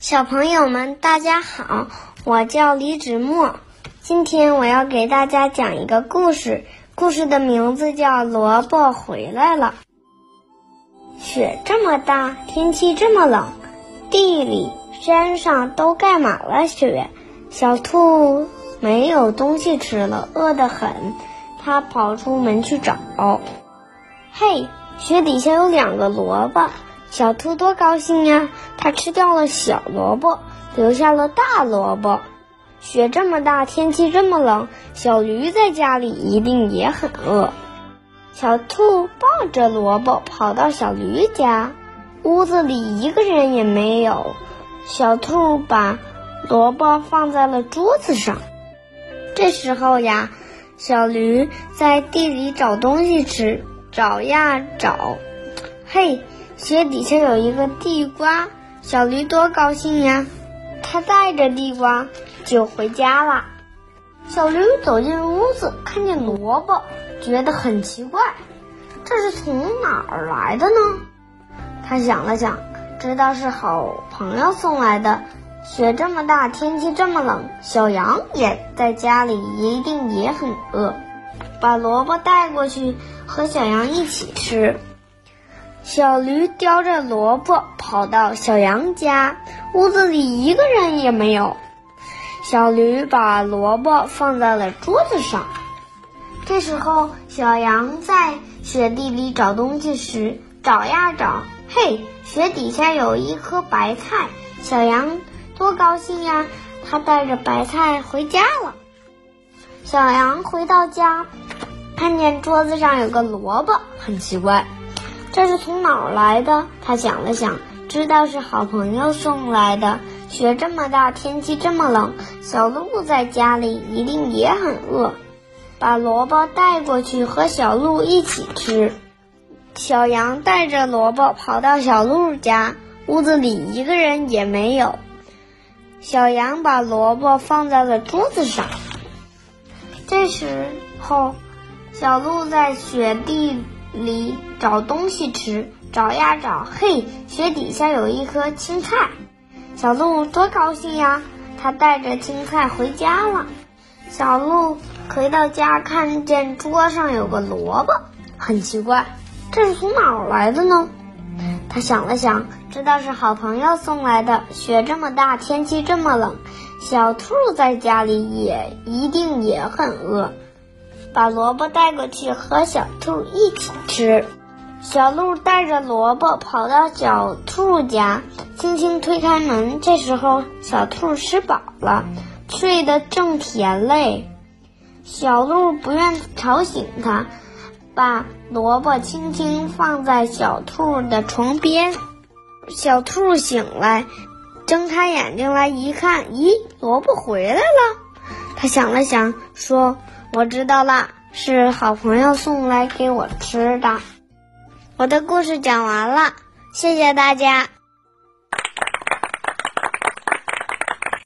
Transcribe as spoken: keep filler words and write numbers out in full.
小朋友们，大家好，我叫李芷墨。今天我要给大家讲一个故事，故事的名字叫《萝卜回来了》。雪这么大，天气这么冷，地里、山上都盖满了雪。小兔没有东西吃了，饿得很，它跑出门去找。嘿，雪底下有两个萝卜，小兔多高兴呀！它吃掉了小萝卜，留下了大萝卜。雪这么大，天气这么冷，小驴在家里一定也很饿。小兔抱着萝卜跑到小驴家，屋子里一个人也没有。小兔把萝卜放在了桌子上。这时候呀，小驴在地里找东西吃，找呀找。嘿，雪底下有一个地瓜，小驴多高兴呀！它带着地瓜就回家了。小驴走进屋子，看见萝卜，觉得很奇怪，这是从哪儿来的呢？他想了想，知道是好朋友送来的。雪这么大，天气这么冷，小羊也在家里，一定也很饿，把萝卜带过去和小羊一起吃。小驴叼着萝卜跑到小羊家，屋子里一个人也没有。小驴把萝卜放在了桌子上。这时候小羊在雪地里找东西时，找呀找，嘿，雪底下有一颗白菜，小羊多高兴呀！它带着白菜回家了。小羊回到家，看见桌子上有个萝卜，很奇怪，这是从哪儿来的？他想了想，知道是好朋友送来的。雪这么大，天气这么冷，小鹿在家里一定也很饿，把萝卜带过去和小鹿一起吃。小羊带着萝卜跑到小鹿家，屋子里一个人也没有。小羊把萝卜放在了桌子上。这时候小鹿在雪地里找东西吃，找呀找，嘿，雪底下有一颗青菜，小鹿多高兴呀！它带着青菜回家了。小鹿回到家，看见桌上有个萝卜，很奇怪，这是从哪儿来的呢？他想了想，知道是好朋友送来的。雪这么大，天气这么冷，小兔在家里也一定也很饿，把萝卜带过去和小兔一起吃。小鹿带着萝卜跑到小兔家，轻轻推开门。这时候小兔吃饱了，睡得正甜嘞。小鹿不愿吵醒它，把萝卜轻轻放在小兔的床边。小兔醒来，睁开眼睛来一看，咦，萝卜回来了。他想了想，说，我知道啦，是好朋友送来给我吃的。我的故事讲完了，谢谢大家。